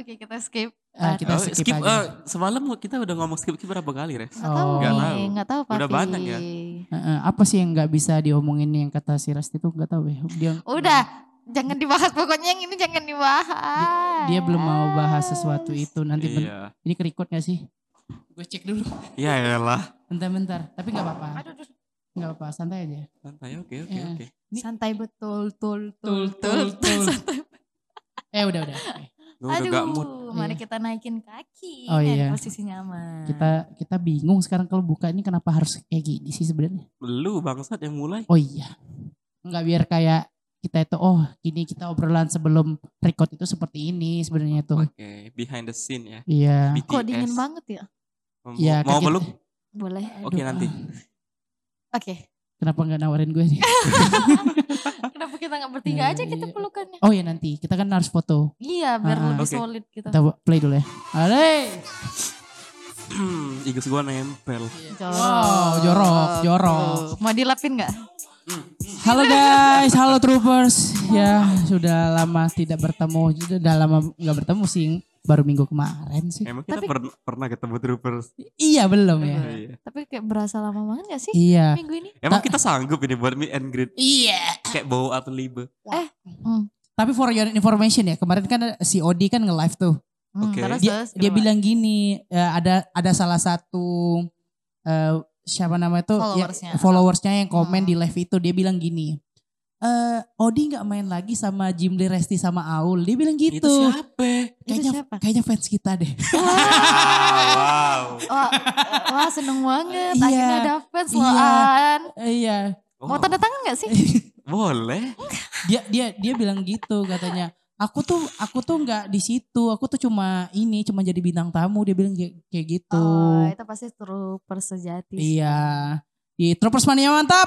Oke, kita skip. Kita skip aja. Semalam kita udah ngomong skip berapa kali, Res? Nggak tahu Papi. Udah banyak ya. Apa sih yang nggak bisa diomongin yang kata si Rasti itu nggak tahu ya. Udah, jangan dibahas pokoknya yang ini jangan dibahas. Dia belum mau bahas sesuatu itu nanti. Ini ke-record gak sih? Gue cek dulu. Ya elah. Bentar. Tapi nggak apa-apa. Nggak apa-apa, santai aja. Santai, oke. Santai betul. Santai. Udah. Aduh, mari kita naikin kaki. Posisi nyaman. Kita bingung sekarang kalau buka ini kenapa harus kayak gini sih sebenarnya. Lu bangsat yang mulai. Oh iya. Enggak biar kayak kita itu gini kita obrolan sebelum record itu seperti ini sebenarnya tuh. Oke, behind the scene ya. Iya. Kok dingin banget ya? Mau peluk? Boleh. Oke, nanti. Oke. Kenapa gak nawarin gue nih? Kenapa kita gak bertiga aja kita pelukannya? Oh ya nanti, kita kan harus foto. Iya biar lebih solid kita. Kita play dulu ya. Aley. Igus gua nempel. Jorok. Mau dilapin gak? Halo guys, halo troopers. Ya sudah lama tidak bertemu, sudah lama gak bertemu sih. Baru minggu kemarin sih. Emang kita pernah ketemu troopers? Iya belum ya. Tapi kayak berasa lama banget gak sih minggu ini? Emang kita sanggup ini buat meet and greet? Iya. Kayak bau atau libe. Tapi for your information ya, kemarin kan si Odi kan nge-live tuh. Oke. Dia bilang gini, ada salah satu siapa namanya tuh followersnya yang komen di live itu, dia bilang gini. Odi gak main lagi sama Jimli, Resti sama Aul. Dia bilang gitu. Itu siapa? Kayaknya fans kita deh. Wow. Wah seneng banget. Akhirnya ada fans loh An. Iya. Mau tanda tangan gak sih? Boleh. Dia bilang gitu katanya. Aku tuh nggak di situ. Aku tuh cuma jadi bintang tamu. Dia bilang kayak gitu. Oh, itu pasti troopers sejati. Iya. Di Troopers Mania mantap.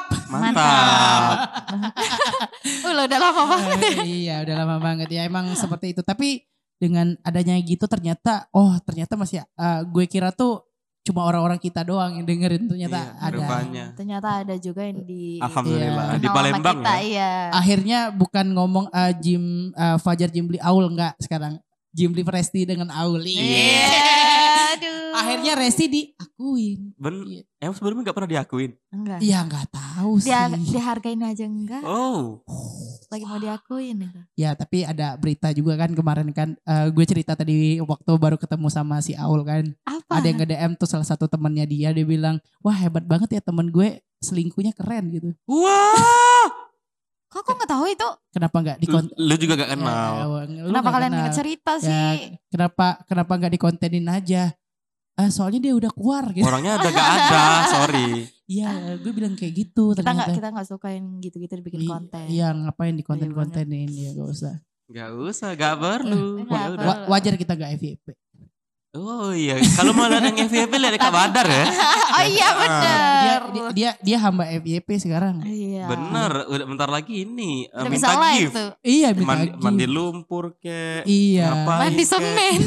Udah lama banget ya. Iya udah lama banget ya emang seperti itu. Tapi dengan adanya gitu ternyata masih gue kira tuh cuma orang-orang kita doang yang dengerin, ternyata ada. Rupanya. Ternyata ada juga yang di Alhamdulillah di Palembang kita, ya. Iya. Akhirnya bukan ngomong Fajar Jimli Aul enggak sekarang. Jimli Resti dengan Aul. Aduh. Akhirnya Resti diakuin. Emang sebelumnya gak pernah diakuin? Enggak. Iya gak tahu sih. Dihargain aja enggak. Oh. Lagi mau diakuin itu. Ya tapi ada berita juga kan kemarin kan. Gue cerita tadi waktu baru ketemu sama si Aul kan. Apa? Ada yang nge-DM tuh salah satu temannya dia bilang, wah hebat banget ya temen gue selingkuhnya keren gitu. Wah. Kok aku gak tahu itu? Kenapa gak Lu juga gak kenal. Kenapa kalian gak cerita sih? Kenapa gak dikontenin aja? Soalnya dia udah keluar gitu. Orangnya udah gak ada, sorry. Iya, gue bilang kayak gitu. Kita gak suka yang gitu-gitu dibikin konten. Iya, ngapain dikonten-kontenin, ya gak usah. Gak perlu. Wajar kita gak FYP. Oh iya, kalau mau lihat yang FYP lihat Kak Badar ya. Oh iya benar. Dia hamba FYP sekarang. Iya. Bener, udah bentar lagi ini udah minta gift. Tuh. Iya minta gift. Mandi lumpur kek. Iya. Mandi semen.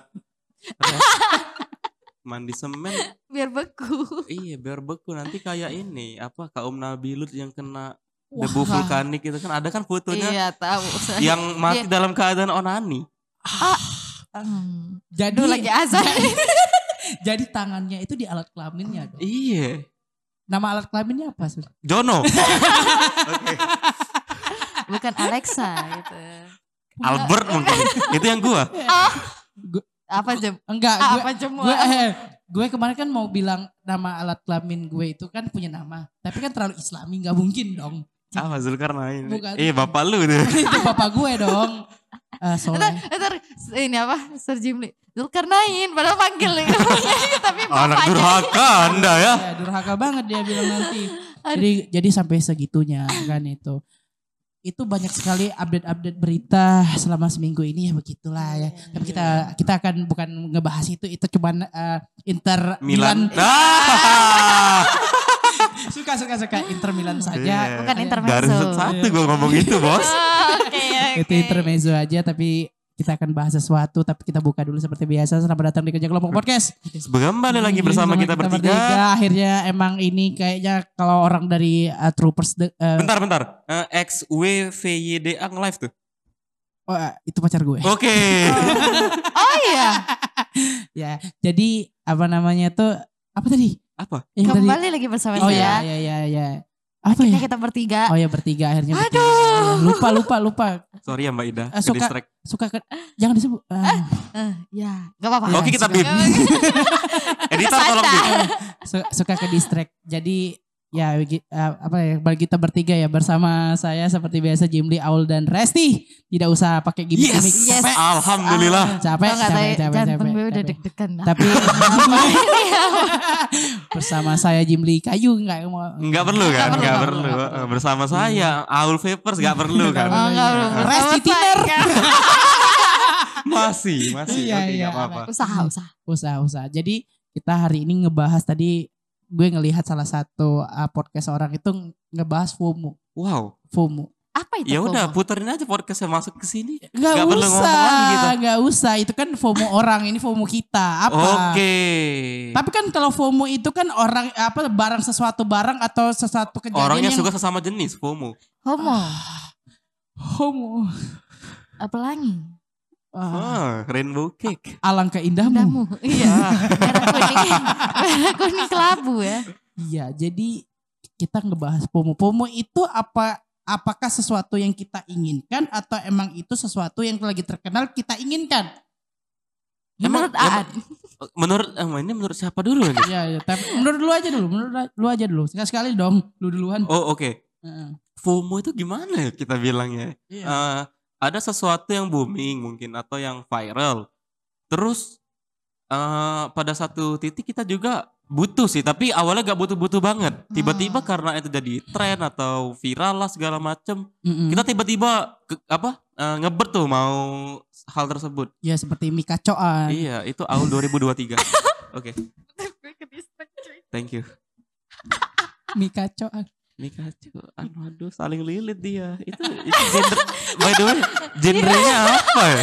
Mandi semen. Biar beku. Iya biar beku, nanti kayak ini kaum Nabi Lut yang kena debu vulkanik itu kan, ada kan fotonya. Iya tahu. Yang mati dalam keadaan onani. Jadi lagi azan. Jadi tangannya itu di alat kelaminnya. Iya. Nama alat kelaminnya apa sih? Jono. Okay. Bukan Alexa gitu. Albert mungkin. Itu yang gua. Apa jam? Enggak. Gue kemarin kan mau bilang nama alat kelamin gue itu kan punya nama. Tapi kan terlalu islami, gak mungkin dong. Zulkarnain. Bukan. Bapak lu tuh. Itu bapak gue dong. Ntar ini Sir Jimli Zulkarnain padahal panggil nih. Tapi anak durhaka Anda ya. Ya durhaka banget dia bilang nanti. Jadi sampai segitunya kan itu. Itu banyak sekali update berita selama seminggu ini ya begitulah ya. Tapi kita akan bukan ngebahas itu cuman Inter Milan. Suka Inter Milan saja. Bukan intermezzo. Dari satu gue ngomong itu bos. Okay. Itu intermezzo aja, tapi kita akan bahas sesuatu. Tapi kita buka dulu seperti biasa. Selamat datang di Kerja Kelompok Podcast. Kembali lagi bersama kita bertiga. Akhirnya emang ini kayaknya kalau orang dari Troopers. Bentar. XWVYDA nge-live tuh. Oh itu pacar gue. Oke. Iya. Jadi apa namanya tuh apa tadi? Apa? Yang tadi. Kembali lagi bersama Oh saya. iya. Apa Akhirnya ya? kita bertiga. Oh ya bertiga akhirnya. Aduh. Bertiga. Lupa. Sorry ya Mbak Ida. Suka- Ke-distract. Jangan disebut. Ya, gak apa-apa. Oke kita bip. Editor tolong bip. Suka ke distract. Jadi ya bagi kita bertiga ya bersama saya seperti biasa Jimli, Aul dan Resti. Tidak usah pakai gimmick-gimmick. Yes. Capek. Alhamdulillah. Capek. Jantung gue udah deg-degan. Tapi bersama saya Jimli Kayu nggak mau. Enggak perlu kan? Enggak perlu. Bersama saya Aul Vapers enggak perlu kan? Oh, enggak perlu. Resti Tiner. Masih. Iya, Oke, iya. enggak apa-apa. Usaha. Jadi kita hari ini ngebahas tadi gue ngelihat salah satu podcast orang itu ngebahas FOMO. Wow. FOMO. Apa itu? Ya udah FOMO? puterin aja podcastnya masuk ke sini. Gak perlu ngomong lagi gitu. Gak usah. Itu kan FOMO orang, ini FOMO kita. Apa? Oke. Tapi kan kalau FOMO itu kan orang barang atau sesuatu kejadian Orangnya yang suka sesama jenis FOMO. FOMO. Apa lagi? Rainbow cake. Alangkah indahmu. Damu. Iya. Merah kuning kelabu ya. Iya, jadi kita ngebahas FOMO. FOMO itu apakah sesuatu yang kita inginkan atau emang itu sesuatu yang lagi terkenal kita inginkan? Menurut Aan. Menurut siapa dulu nih? Iya, tapi menurut lu aja dulu. Sekali-sekali dong, lu duluan. Oh, oke. FOMO itu gimana ya kita bilangnya? Iya. Ada sesuatu yang booming mungkin atau yang viral. Terus pada satu titik kita juga butuh sih, tapi awalnya gak butuh-butuh banget. Tiba-tiba karena itu jadi tren atau viral lah segala macem, kita tiba-tiba ngebet tuh mau hal tersebut. Ya seperti mie kacoan. Iya, itu Aul 2023. Oke. Thank you. Mie kacoan. Mikachu, aduh saling lilit dia. Itu genre, by the way, genrenya apa ya?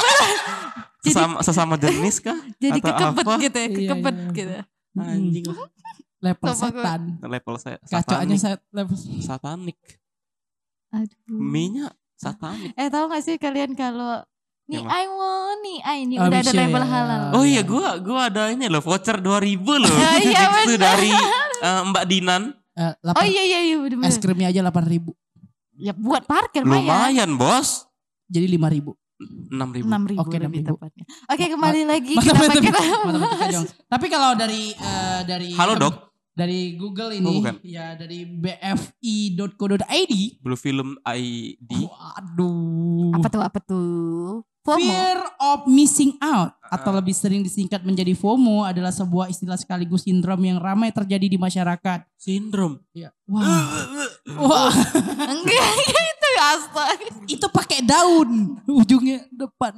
Sesama jenis kah? Jadi Atau kekebet apa? gitu ya, kekebet Iya. gitu. Anjing lah. Level Sama gue. setan. Level saya Kacoannya satanik. level. Satanik. Aduh. Mie-nya satanik. Tahu gak sih kalian kalau nih Yang mana? I want nih ini Oh, udah ada bisa label ya. halal. Oh iya, gua ada ini loh, voucher 2000 loh. Iya, Itu bener. dari Mbak Dinan. Oh iya bener-bener. Es krimnya aja 8.000. Ya buat parkir mah ya. Lumayan, Bos. Jadi 5.000. 6.000. 6.000 Oke, lebih 6.000. tepatnya. Oke kembali lagi kenapa kita Matematika Jong. Tapi kalau dari Halo, Dok. Dari Google Oh, ini bukan. ya dari bfi.co.id. Blue Film ID. Waduh. apa tuh? FOMO. Fear of missing out atau lebih sering disingkat menjadi FOMO adalah sebuah istilah sekaligus sindrom yang ramai terjadi di masyarakat. Sindrom. Ya. Wah. Enggak itu astaga. Itu pakai daun ujungnya depan.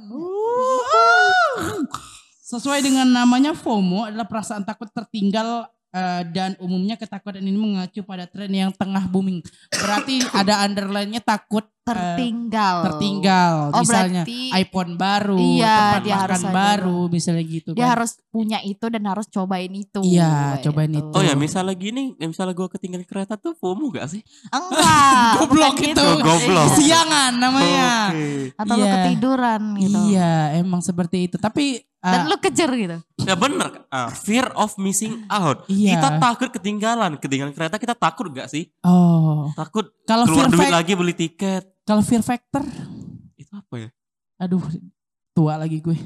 Sesuai dengan namanya FOMO adalah perasaan takut tertinggal dan umumnya ketakutan ini mengacu pada tren yang tengah booming. Berarti ada underline-nya takut Tertinggal. Oh, misalnya berarti iPhone baru, iya, tempat dia harus makan ada baru, misalnya gitu dia kan. harus punya itu dan harus cobain itu. Iya, Gitu. cobain itu. Oh ya, misalnya gini, misalnya gue ketinggalan kereta tuh FOMO gak sih? Enggak. Goblok bukan itu. gitu. Goblok. Iya. Kesiangan namanya. Oke. Atau lu Iya. ketiduran gitu. Iya, emang seperti itu. Tapi Dan lu kejar gitu. Ya bener, fear of missing out. Iya. Kita takut ketinggalan kereta kita takut gak sih? oh, Takut kalau keluar fear duit fact- lagi beli tiket. kalau fear factor, Itu apa ya? aduh, tua lagi gue.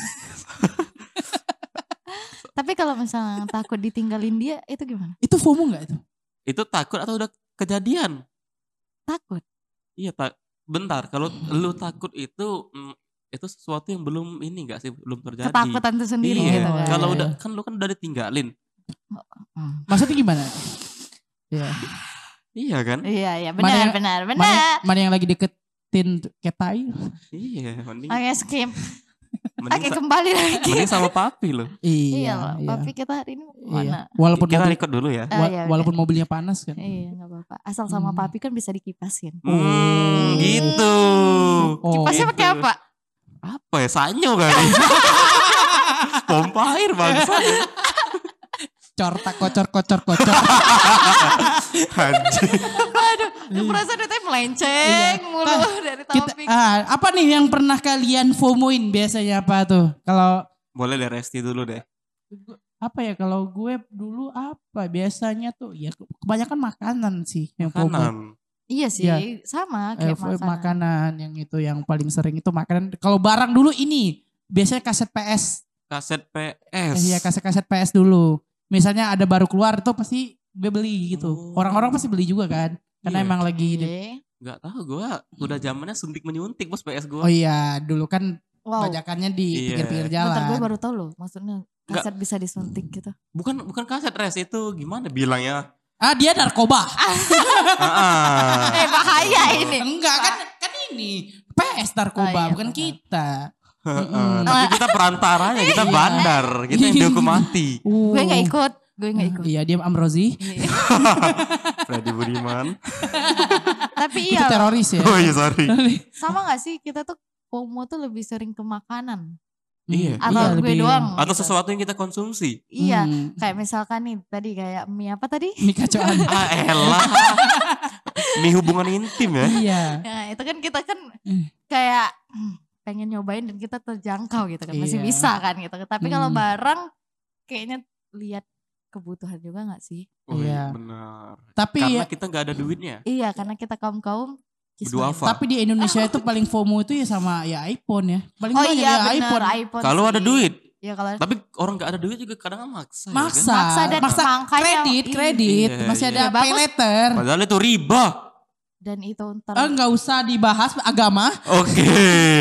Tapi kalau misalnya takut ditinggalin dia itu gimana? Itu FOMO nggak itu? Itu takut atau udah kejadian? Takut. Iya, bentar. Kalau lu takut itu sesuatu yang belum ini gak sih? Belum terjadi. Ketakutan itu sendiri Iya. gitu kan. Kalau Iya. udah kan lu kan udah ditinggalin. Maksudnya gimana? Ya. Iya kan? Iya, Mana yang- benar. Mana yang lagi deketin ketai? Iya, mending, Oke, skip. mending, Oke, kembali lagi. mending sama papi lo. Iya, Iya, Papi kita hari ini iya. mana? Walaupun Kita mobil, record dulu ya. Iya, walaupun mobilnya panas kan. Iya, enggak apa-apa. Asal sama Papi kan bisa dikipasin. Gitu. Oh. Kipasnya pakai apa? Apa ya? Sanyo kali. Pompa air bangsa. Cortak kocor. Anjing. Aduh, perasaan itu melenceng mulu dari Kita, topik. apa nih yang pernah kalian FOMOin biasanya apa tuh? Kalau Boleh deh Resti dulu deh. Apa ya kalau gue dulu apa biasanya tuh ya kebanyakan makanan sih yang FOMO. Makanan. Iya sih, Ya. sama kayak makanan. Makanan yang itu yang paling sering itu makanan. Kalau barang dulu ini biasanya kaset PS. Kaset PS. Iya kaset PS dulu. Misalnya ada baru keluar tuh pasti gue beli gitu. Oh. Orang-orang pasti beli juga kan. Karena Iya. emang lagi. Oke. Gak tahu gue udah zamannya suntik menyuntik bos PS gue. Oh iya dulu kan Wow. bajakannya di Iya. pinggir-pinggir Bentar, gue jalan. baru tahu loh, maksudnya kaset bisa disuntik gitu. Bukan kaset res itu gimana bilangnya? Ah dia narkoba. Bahaya ini. Enggak kan ini PS narkoba Oh, iya, bukan benar. kita. Tapi kita perantaranya, kita bandar, kita yang dihukum mati. Gue gak ikut. Iya dia Amrozi. Freddy Budiman. Tapi Itu iya loh, teroris ya. Oh iya sorry. sama gak sih kita tuh FOMO tuh lebih sering ke makanan. Iya. Atau gue doang. Atau gitu. sesuatu yang kita konsumsi. Iya, Hmm. kayak misalkan nih tadi kayak mie apa tadi? Mie kacauan. Ah elah. Mie hubungan intim ya. Iya. Nah, itu kan kita kan Hmm. kayak pengen nyobain dan kita terjangkau gitu kan. Masih Iya. bisa kan gitu. Tapi kalau Hmm. barang kayaknya lihat kebutuhan juga gak sih? Oh Iya. iya benar. Tapi Karena kita gak ada duitnya. Iya, karena kita kaum-kaum Berdua kismin. apa? tapi di Indonesia itu paling FOMO itu ya sama ya iPhone ya. Paling Oh banyak iya ya benar, iPhone. iPhone Kalau sih. ada duit. Ya kalau Tapi orang gak ada duit juga kadang maksa. ya Maksa. kan? Maksa dan makanya- kredit. Iya, Masih iya. ada Ya, pay bagus. letter. Padahal itu riba. dan itu ntar Enggak usah dibahas agama. Oke.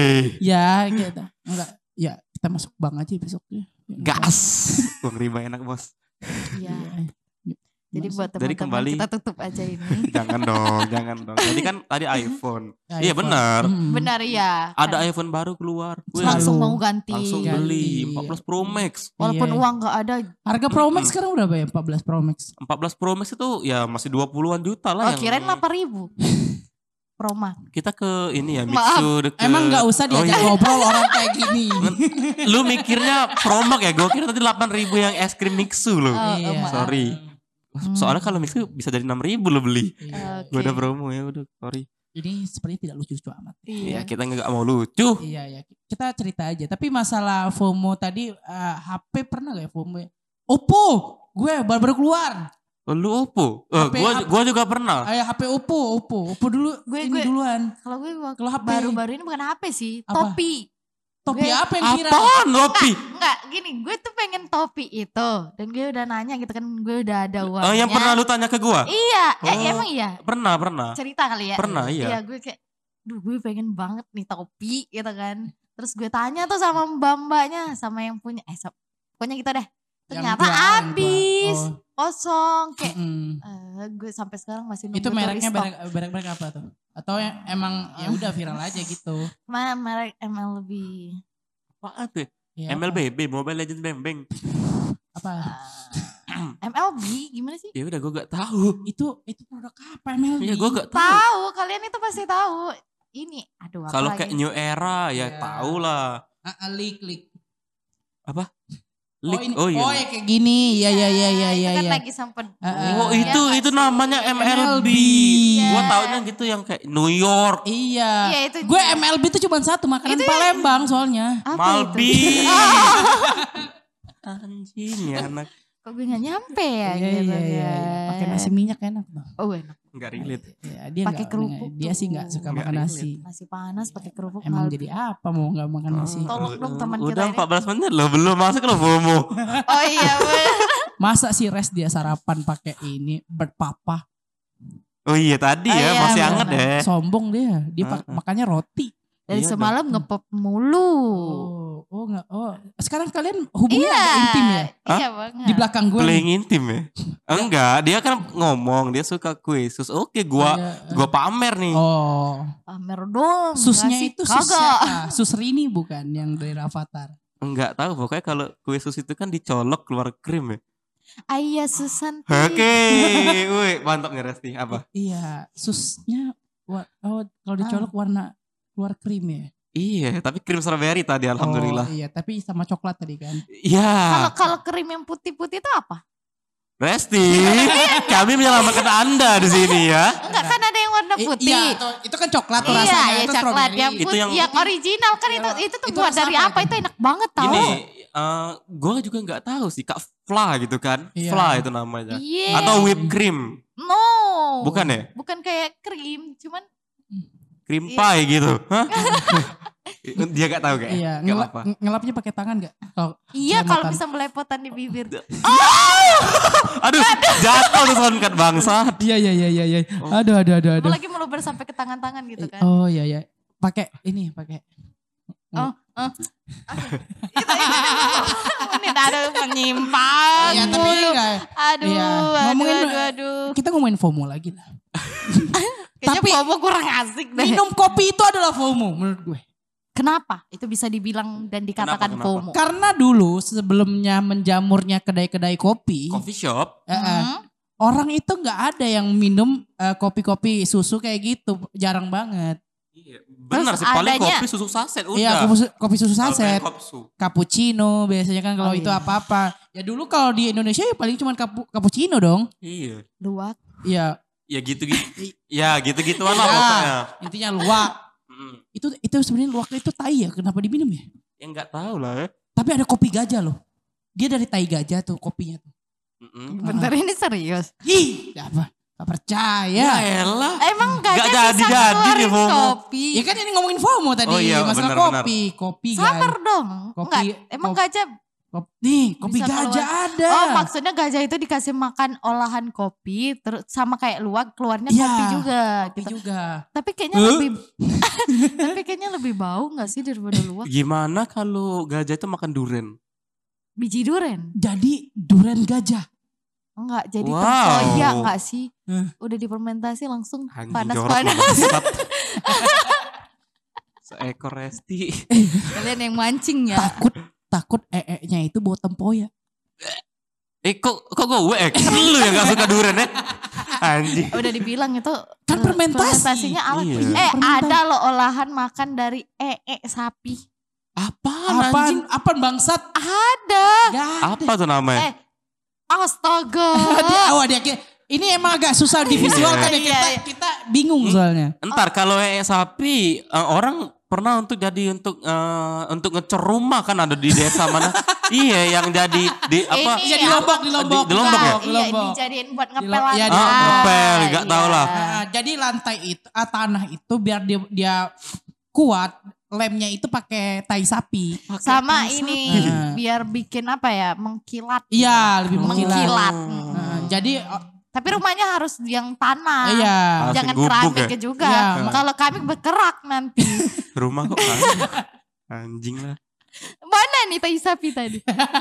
Ya gitu. Enggak. Ya kita masuk bank aja besoknya. Gas. Uang riba enak bos. iya. Iya. Jadi buat Jadi teman-teman kembali- kita tutup aja ini. Jangan dong, jangan dong. Jadi kan tadi iPhone. iPhone. Iya benar. Benar ya. Ada iPhone baru keluar. Wih, langsung Selalu. mau ganti. langsung Ganti. beli 14 Pro Max. Walaupun Iya. uang gak ada. Harga Pro Max sekarang udah bayar 14 Pro Max. 14 Pro Max itu ya masih 20-an juta lah Oh yang kirain 8.000. Proma. kita ke ini ya Maaf. Mixu deket. Emang nggak usah Oh, diajak iya. ngobrol orang kayak gini. Lu mikirnya Promax ya? Gue kira tadi 8.000 yang es krim Mixu loh. Oh, Iya. maaf. Sorry. Soalnya kalau Mixu bisa jadi 6.000 lo beli. Iya. Oke. Gue udah promo ya udah sorry. Ini sepertinya tidak lucu-lucu amat. Ya Iya. kita nggak mau lucu. Iya ya, kita cerita aja. Tapi masalah FOMO tadi HP pernah gak ya FOMO? Ya? Oppo, gue baru keluar. Oh, lu Oppo? HP Gua juga pernah. HP Oppo dulu. Gue- ini gue- duluan. Kalau gue waktu Kalau HP baru-baru ini bukan HP sih. Apa? Topi. topi gue- apa yang viral? Apaan Lopi? Enggak gini. Gue tuh pengen topi itu. Dan gue udah nanya gitu kan. Gue udah ada uangnya. Yang pernah lu tanya ke gua? Iya. Oh. Emang iya. Pernah. Cerita kali ya. Pernah, iya. Iya gue kayak. Duh gue pengen banget nih topi gitu kan. Terus gue tanya tuh sama mbak-mbaknya. Sama yang punya. Pokoknya gitu deh. Ternyata Yang jual. habis. Oh, Kosong. Kayak. mm. Gue sampai sekarang masih nunggu Itu mereknya restock. merek apa tuh? Atau emang ya udah viral aja gitu? Merek MLB. Apaan tuh? Ya, MLBB, Mobile Legends Bang. Apa? MLB gimana sih? Ya udah gua gak tahu. Itu produk apa MLB? Iya gua gak tahu. Tahu, kalian itu pasti tahu. Ini, aduh apa Kalau lagi? kayak New Era ya Iya. tahu lah. Leak. Leak. Oh ya kayak gini. Iya. Itu kan iya. lagi sempet. Oh Iya itu nggak itu sih? namanya MLB. Iya. Gua taunya gitu yang kayak New York. Iya. Iya, itu Gue juga. MLB itu cuma satu makanan Itu Palembang soalnya. Apa Malbi. itu? Anjing ya anak. Kok gue gak nyampe ya? Iya. gitu Pakai kan. nasi minyak enak bang. Oh enak. Enggak relate. Ya, dia Pakai nggak- kerupuk Dia sih nggak tuh. suka Nggak makan relate. nasi. Nasi panas pakai kerupuk. Emang Malbi. jadi apa mau nggak makan nasi? Tolong dong teman kita Udah ini. 14 menit loh belum masuk loh FOMO. Oh iya bener. Masa sih Res dia sarapan pakai ini berpapa? Oh iya tadi Oh ya iya, masih benar. hangat deh. Sombong dia. Dia Heeh. makannya roti. Dari Iya semalam ngepop mulu. Nggak. Oh, sekarang kalian hubungannya Iya. agak intim ya? Iya banget. Di belakang gue. Playing intim ya? Enggak, dia kan ngomong dia suka kue sus. Oke, gua pamer nih. Oh, Pamer dong. susnya ngasih itu sus kagak. siapa? Sus Rini bukan yang dari Avatar. Enggak tahu pokoknya kalau kue sus itu kan dicolok keluar krim ya. Ayah Susanti. Oke, wih, mantap nih Resti. Apa? Iya, susnya kalau dicolok warna keluar krim ya. Iya, tapi krim strawberry tadi alhamdulillah. Oh, iya, tapi sama coklat tadi kan. Iya, Kalau krim yang putih-putih itu apa? Resti, kami menyelamatkan Anda di sini ya. Enggak kan ada yang warna putih. Iya, itu kan coklat tuh Iya, rasanya. ya itu coklat strawberry. yang Itu putih, yang- yang original kan itu tuh Itu buat rasa dari apa apa? itu? Itu enak banget tau. Ini gue juga nggak tahu sih Kak Fla gitu kan. Iya. Fla itu namanya. Iya. Atau whipped cream. No. Bukan ya? Bukan kayak krim, cuman Cream pie gitu. Hah? Dia gak tahu kayak. Iya, Gak apa-apa. ngelapnya pakai tangan gak? iya kalau selamatan. bisa melepotan di bibir. Aduh, jatuh tuh soundcard bangsat. Iya. Aduh. Apalagi meluber sampai ke tangan-tangan gitu kan. Oh iya. Pakai ini, pakai. Oh. Oke. Ini ada menyimpang. Iya, tapi mulu. enggak. Aduh, Iya. aduh. Kita ngomongin FOMO lagi lah. Kayaknya Tapi- FOMO kurang asik deh. Minum kopi itu adalah FOMO menurut gue. Kenapa? Itu bisa dibilang dan dikatakan Kenapa? FOMO. Karena dulu sebelumnya menjamurnya kedai-kedai kopi, Coffee shop. orang itu nggak ada yang minum kopi-kopi susu kayak gitu, jarang banget. Iya, benar Terus sih paling adanya- kopi susu saset udah. Iya, kopi susu Kalau saset, pengen kopi susu. cappuccino biasanya kan kalau Oh, itu iya. apa-apa. Ya dulu kalau di Indonesia ya paling cuma cappuccino dong. Iya. Luwak. Iya, Ya gitu-gitu. Ya gitu-gituan lah Ya. pokoknya. intinya luwak. Mm. Itu sebenarnya luwak itu tai ya, kenapa diminum ya? Ya nggak tahu lah ya. Tapi ada kopi gajah loh. Dia dari tai gajah tuh kopinya tuh. Mm-mm. Bentar ini serius. Ih, apa? Gak percaya. Ya elah. Emang gajah Nggak bisa jadi keluarin nih FOMO. kopi? Ya kan ini ngomongin FOMO tadi, Oh iya, masalah benar-benar. kopi Sabar gajah. dong. Kopi- Enggak, emang kopi- gajah. Nih, kopi Bisa gajah ada. Oh, maksudnya gajah itu dikasih makan olahan kopi terus sama kayak luwak keluarnya Iya, kopi juga Kopi gitu. juga. Tapi kayaknya lebih tapi kayaknya lebih bau enggak sih daripada luwak? Gimana kalau gajah itu makan durian? Biji duren. Jadi duren gajah. Enggak, jadi Wow. tempoyak enggak sih? Hah? Udah difermentasi langsung Anjing, panas-panas. jorok bangsat. Seekor Resti. Kalian yang mancing ya. Takut nya itu bawa tempoyak. Kok gue kan lu yang gak suka durian ya? Anjing. Udah dibilang itu Kan fermentasi. fermentasinya alami. Iya. Ada loh olahan makan dari sapi. Apaan anjing? Apaan bangsat? Ada. Gak ada. Apa tuh namanya? Astaga. Ini emang agak susah divisualkan ya. Iya, iya. Kita bingung soalnya. Entar kalau sapi orang pernah untuk ngecor rumah kan ada di desa mana? Iya yang jadi di apa? Ini Iya di Lombok. Di Lombok ya? Di Iya, Lombok. dijadiin buat Di ngepel Lo- iya, lantai. ngepel, nggak tahu lah. Nah, jadi lantai itu, tanah itu biar dia kuat, lemnya itu pakai tai sapi. Sama tai ini sapi. biar bikin apa ya? Mengkilat. Iya, lebih Mengkilat. Nah, jadi Tapi rumahnya harus yang tanah. iya. Harus Jangan gubuk keramiknya ya? juga. Iya. Kalau kami berkerak nanti. Rumah kok anjing lah. Mana nih tai sapi tadi?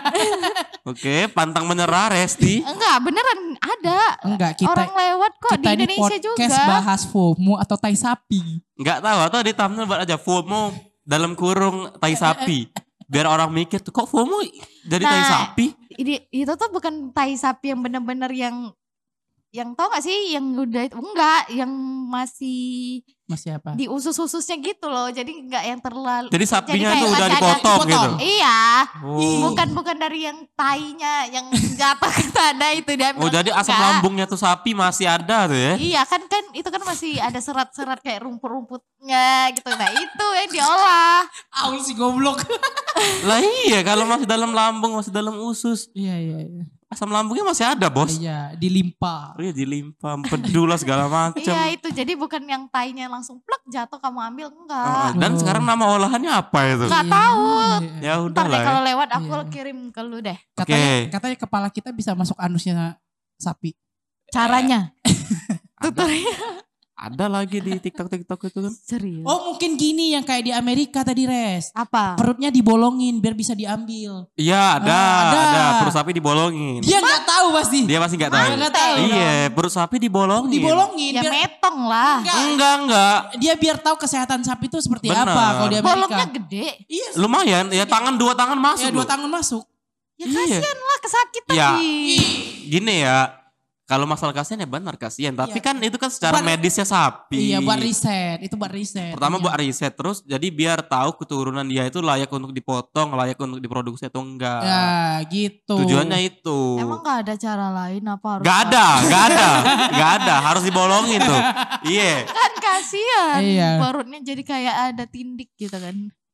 Oke, pantang menyerah Resti. Enggak, beneran ada. Enggak, kita Orang lewat kok di kita ini Indonesia podcast juga. bahas FOMO atau tai sapi. Nggak tahu atau di thumbnail buat aja FOMO dalam kurung tai sapi. Biar orang mikir tuh kok FOMO jadi tai Nah, sapi? Itu tuh bukan tai sapi yang bener-bener yang tau gak sih yang udah itu enggak yang masih Masih apa? di usus-ususnya gitu loh, jadi enggak yang terlalu Jadi sapinya kayak itu udah masih ada- dipotong gitu. Iya, Oh. bukan dari yang tainya yang jatuh ke tanah itu dia. Oh jadi asam lambungnya tuh sapi masih ada tuh ya? Iya kan itu kan masih ada serat-serat kayak rumput-rumputnya gitu. Nah itu yang diolah. Aul si goblok. Lah iya kalau masih dalam lambung masih dalam usus Iya. asam lambungnya masih ada bos. Iya, dilimpa. Oh iya dilimpa, empedu lah segala macam. Iya itu jadi bukan yang tainya langsung plek jatuh kamu ambil Ah, enggak. dan sekarang nama olahannya apa itu? Enggak tahu. Ya udah Ntar deh lah. kalau lewat aku Iya. kirim ke lu deh. Katanya kepala kita bisa masuk anusnya sapi. Caranya. Ada, Tutorial. ada lagi di TikTok itu kan. Serius. Oh mungkin gini yang kayak di Amerika tadi Res. Apa? Perutnya dibolongin biar bisa diambil. Iya ada, ada. ada. Perut sapi dibolongin. Dia nggak tahu pasti. Dia masih nggak tahu. Dia nggak tahu. Iya, perut sapi dibolongin. Dibolongin. Ya biar, metong lah. Enggak. dia biar tahu kesehatan sapi itu seperti Benar. apa kalau di Amerika. Bolongnya gede. Iya. Lumayan, ya tangan 2 tangan masuk. Ya 2 loh. tangan masuk. Ya Iya. kasihan lah kesakitan Ya. ih. Gini ya, kalau masalah kasihan ya benar kasihan. Tapi Iya. kan itu kan secara Buat- medisnya sapi. Iya buat riset. Itu buat riset. Pertama Iya. buat riset terus jadi biar tahu keturunan dia itu layak untuk dipotong, layak untuk diproduksi atau enggak. Ya gitu. Tujuannya itu. Emang gak ada cara lain apa harus? Gak ada, harus dibolongin tuh. Iya. Kan kasihan. Iya. Perutnya jadi kayak ada tindik gitu kan.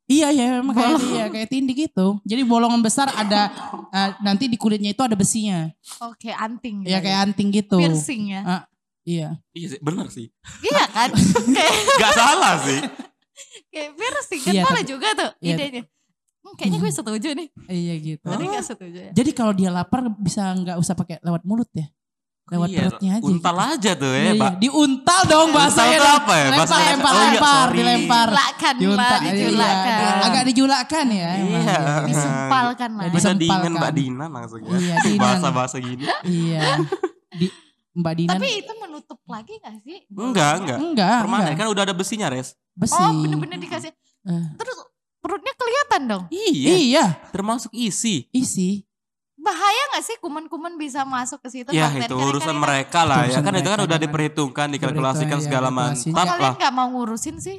Iya ya memang kayak tindi gitu. Jadi bolongan besar ada nanti di kulitnya itu ada besinya. Oke, anting. Ya kayak anting gitu. Piercing ya. Iya. Iya sih, benar sih. Iya kan? Kayak Gak salah sih. kayak piercing kan Iya, boleh tapi- juga tuh iya, idenya. Kayaknya gue setuju nih. Iya gitu. Tadi gak setuju ya. Jadi kalau dia lapar bisa nggak usah pakai lewat mulut ya? Lewat Iya, perutnya aja. untal gitu. aja tuh Iya, ya, Pak. diuntal dong bahasanya. Untal tuh apa ya? Bahasa Lempar, Indonesia. Oh iya, lempar, sorry. dilempar. Julakkan lah, Diuntal, dijulakkan. iya, agak dijulakkan ya. emang. Iya. Disempalkan lah. Jadi- Bisa diingat disempalkan. Mbak Dina langsung ya. Iya, Dinan. Bahasa-bahasa gini. Iya. Mbak Dinan. Tapi itu menutup lagi gak sih? Enggak. Enggak. Permanen kan udah ada besinya, Res. Besi. Oh bener-bener dikasih. Eh. Terus perutnya kelihatan dong. Iya. Iya, Termasuk isi. isi. Bahaya gak sih kuman-kuman bisa masuk ke situ? Ya bakteri? itu Karena urusan kan mereka lah ya. Urusan Kan itu kan mereka, udah jangan. diperhitungkan, dikalkulasikan Diperhitungkan, segala ya, kalkulasinya. mantap kalian lah. gak mau ngurusin sih?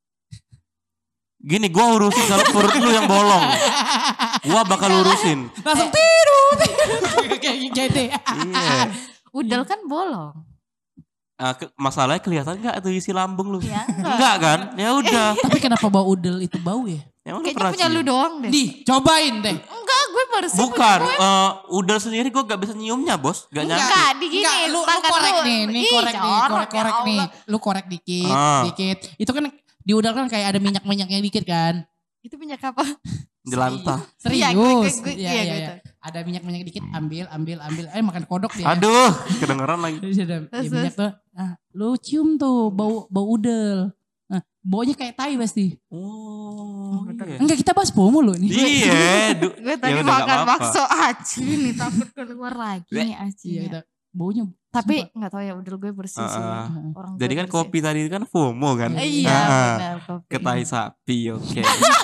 Gini, gua urusin kalau perut lu yang bolong. Gua bakal urusin. Langsung tidur. Kayak gitu. Iya. Udel kan bolong. Masalahnya kelihatan nggak tuh isi lambung lu? Ya Enggak kan? Ya udah. Tapi kenapa bau udel itu bau ya? Emang lu Kayaknya pernah punya lu cium? doang deh. Di, cobain deh. Enggak, gue baru sih Bukan, punya gue. udel sendiri gue gak bisa nyiumnya bos, gak nyampe. Enggak, di gini. Enggak, lu tangan korek lu. nih, nih Ih, korek nih, jorok, korek ya nih. Allah. Lu korek dikit, Ah. dikit. Itu kan di udel kan kayak ada minyak-minyaknya dikit kan? Itu minyak apa? Jelantah. Iya, Serius. gue- Iya, iya, iya, gitu. iya. Ada minyak-minyak dikit, ambil. Makan kodok dia. Aduh, kedengeran lagi. Terus ada Terus, minyak tuh. Lu cium tuh bau udel. Nah, baunya kayak tai pasti. Oh, iya. Enggak, kita bahas bau mulu nih. Iya, Gue tadi ya udah, nggak makan apa-apa. bakso aci nih takut keluar lagi nih Iya, acinya. kita baunya. Tapi sumpah. nggak tahu ya udel gue bersih sih. Ah, Orang Jadi gue kan bersih. kopi tadi kan FOMO kan? Iya Ah, benar kopi. Ketahi sapi, oke.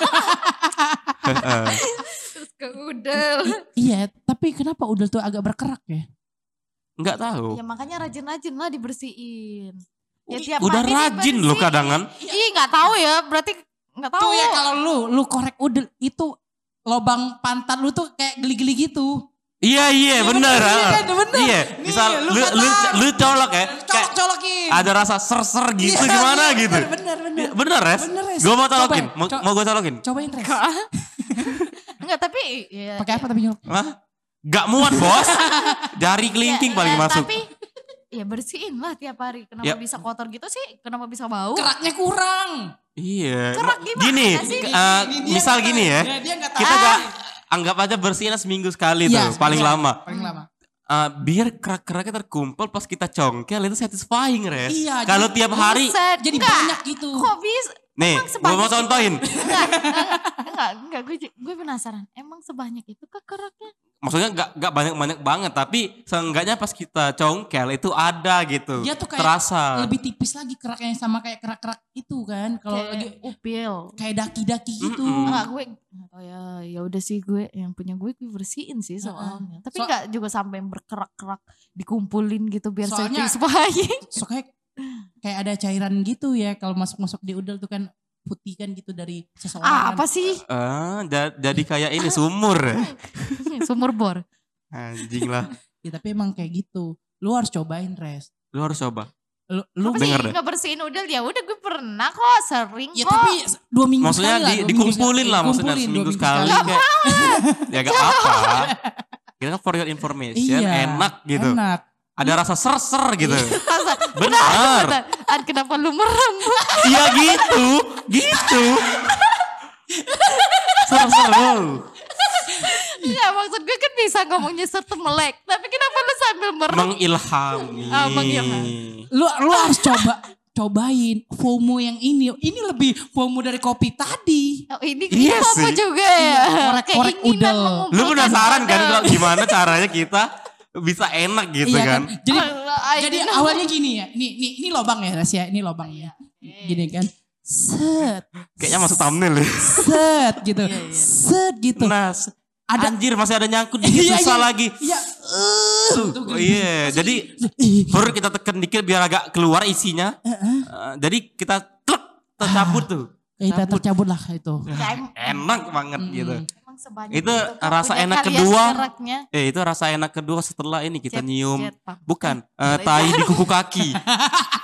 Terus ke udel. Iya, tapi kenapa udel tuh agak berkerak ya? Enggak tahu. Ya makanya rajin-rajin lah dibersihin. Ya Ih, tiap Udah mandi rajin loh dibersihin. kadang kan. Ih nggak tahu ya, berarti nggak tahu. Tuh ya kalau lu korek udel itu lobang pantat lu tuh kayak geli-geli gitu. Iya, bener. bener, iya ah. kan, bener. Iya, Nih, misal lu lu kotor. lu colok ya. Kayak Colok-colokin. ada rasa ser-ser gitu Iya, gimana iya, gitu. Bener. Iya, bener, Res? Bener, Res. Gue mau colokin. Coba, Mau gue colokin? Cobain Res. Enggak tapi ya, Pakai apa tapi nyolok? Hah? Gak muat bos. Jari kelingking ya, paling ya, masuk. Tapi ya bersihin lah tiap hari. Kenapa Ya. bisa kotor gitu sih? Kenapa bisa bau? Keraknya kurang. Iya. Kerak gimana Gini, sih? misal gini ya. Dia nggak tahu. Kita gak anggap aja bersihin seminggu sekali Iya, tuh, paling iya. lama. Paling lama. Biar kerak-keraknya terkumpul pas kita congkel itu satisfying, Res. Iya, Kalau jadi- tiap hari, Buset, Jadi enggak. banyak gitu. Kok bisa? nih, Emang gue sebanyak mau itu? contohin. Enggak, gue penasaran. Emang sebanyak itu kah keraknya? Maksudnya gak banyak-banyak banget, tapi seenggaknya pas kita congkel itu ada gitu. Dia tuh kayak terasa. lebih tipis lagi keraknya sama kayak kerak-kerak itu kan. Kalau lagi Kayak upil. kayak daki-daki gitu. Enggak, gue oh ya udah sih gue yang punya gue bersihin sih soalnya. Tapi enggak juga sampai berkerak-kerak dikumpulin gitu biar Soalnya- satisfying. So kayak ada cairan gitu ya kalau masuk-masuk di udel tuh kan putih kan gitu dari seseorang. Apa sih? Jadi kayak ini sumur. Sumur bor. Anjing lah. Ya, tapi emang kayak gitu. Lu harus cobain Res. Lu harus coba. Lu Apa sih denger deh. nggak bersihin udel? Ya udah gue pernah kok, sering ya kok. tapi 2 minggu Maksudnya sekali lah. 2 minggu dikumpulin sekali. lah maksudnya Dikumpulin 2 seminggu minggu sekali. Kayak, ya gak apa-apa. Kita kan for your information, Iya, enak gitu. Enak. Ada rasa ser-ser gitu. Masa? Benar. Bentar, kenapa lu merem? Iya gitu. Ser-ser. Enggak, maksud gue kan bisa ngomongnya serta melek. Tapi kenapa lu sambil merem? Mengilhami. Mengilhami. Lu harus cobain FOMO yang ini. Ini lebih FOMO dari kopi tadi. Oh, ini Iya apa sih. juga ya? korek-korek Keinginan udel. mengumpulkan Lu penasaran kan udel. kalau gimana caranya kita bisa enak gitu Iya kan? Jadi I jadi don't know. awalnya gini ya. Ini lobang ya Ras ya. Ini lobang ya. Gini kan. Set. Kayaknya masuk thumbnail ya. Set gitu. Iya, iya. Set gitu. Nah, Ada- anjir masih ada nyangkut dikit Iya, susah iya. lagi. Iya. Oh, iya, jadi perut kita tekan dikit biar agak keluar isinya. Jadi kita klek tercabut tuh. Kita tercabut lah itu. Ya, em- Enak banget gitu. emang sebanyak Itu kok rasa punya enak kalian kedua. geraknya. Itu rasa enak kedua setelah ini kita Jet- nyium. jet, Pak. Bukan, tai di kuku kaki.